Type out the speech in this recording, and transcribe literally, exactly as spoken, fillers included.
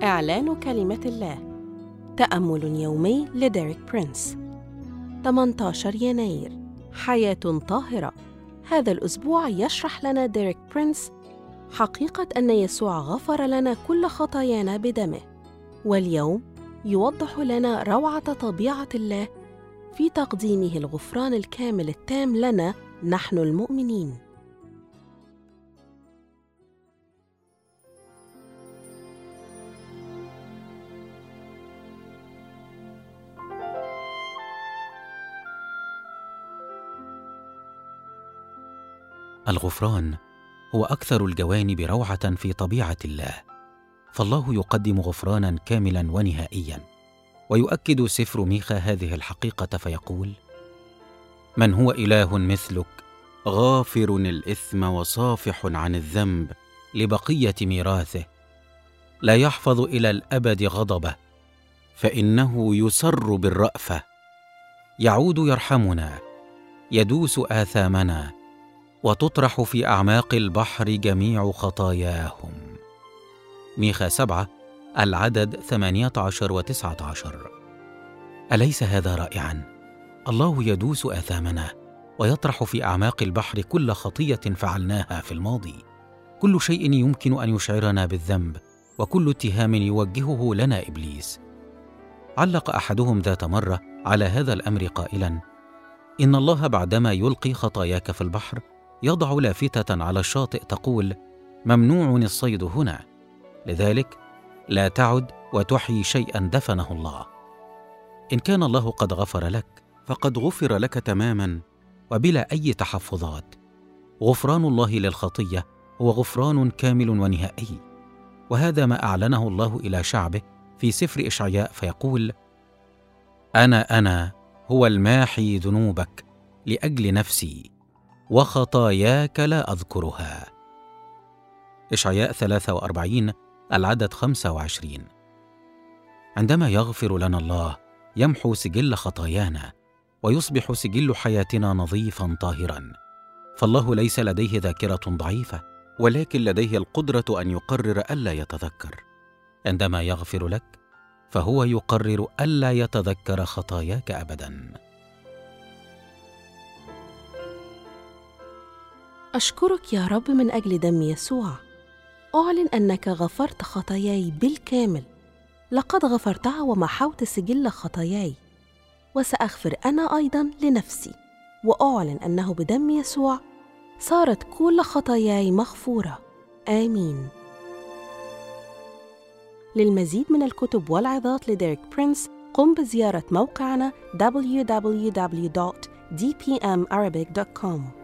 إعلان كلمة الله. تأمل يومي لديريك برينس. ثمانية عشر يناير. حياة طاهرة. هذا الأسبوع يشرح لنا ديريك برينس حقيقة أن يسوع غفر لنا كل خطايانا بدمه، واليوم يوضح لنا روعة طبيعة الله في تقديمه الغفران الكامل التام لنا نحن المؤمنين. الغفران هو أكثر الجوانب روعة في طبيعة الله، فالله يقدم غفرانا كاملا ونهائيا. ويؤكد سفر ميخا هذه الحقيقة فيقول: من هو إله مثلك، غافر الإثم وصافح عن الذنب لبقية ميراثه، لا يحفظ إلى الأبد غضبه، فإنه يسر بالرأفة، يعود يرحمنا، يدوس آثامنا، وتطرح في أعماق البحر جميع خطاياهم. ميخا سبعة العدد ثمانية عشر وتسعة عشر. أليس هذا رائعاً؟ الله يدوس آثامنا ويطرح في أعماق البحر كل خطية فعلناها في الماضي، كل شيء يمكن أن يشعرنا بالذنب، وكل اتهام يوجهه لنا إبليس. علق أحدهم ذات مرة على هذا الأمر قائلاً: إن الله بعدما يلقي خطاياك في البحر يضع لافتة على الشاطئ تقول: ممنوع الصيد هنا، لذلك لا تعد وتحيي شيئا دفنه الله. إن كان الله قد غفر لك فقد غفر لك تماما وبلا أي تحفظات. غفران الله للخطية هو غفران كامل ونهائي، وهذا ما أعلنه الله إلى شعبه في سفر إشعياء فيقول: أنا أنا هو الماحي ذنوبك لأجل نفسي، وخطاياك لا أذكرها. إشعياء ثلاثة وأربعين العدد خمسة وعشرين. عندما يغفر لنا الله يمحو سجل خطايانا، ويصبح سجل حياتنا نظيفا طاهرا، فالله ليس لديه ذاكرة ضعيفة، ولكن لديه القدرة أن يقرر ألا يتذكر. عندما يغفر لك فهو يقرر ألا يتذكر خطاياك أبدا. أشكرك يا رب من أجل دم يسوع. أعلن أنك غفرت خطاياي بالكامل، لقد غفرتها ومحوت سجل خطاياي، وسأغفر أنا أيضا لنفسي، وأعلن أنه بدم يسوع صارت كل خطاياي مغفورة. آمين. للمزيد من الكتب والعظات لديريك برينس قم بزيارة موقعنا دبليو دبليو دبليو دوت دي بي إم أرابيك دوت كوم.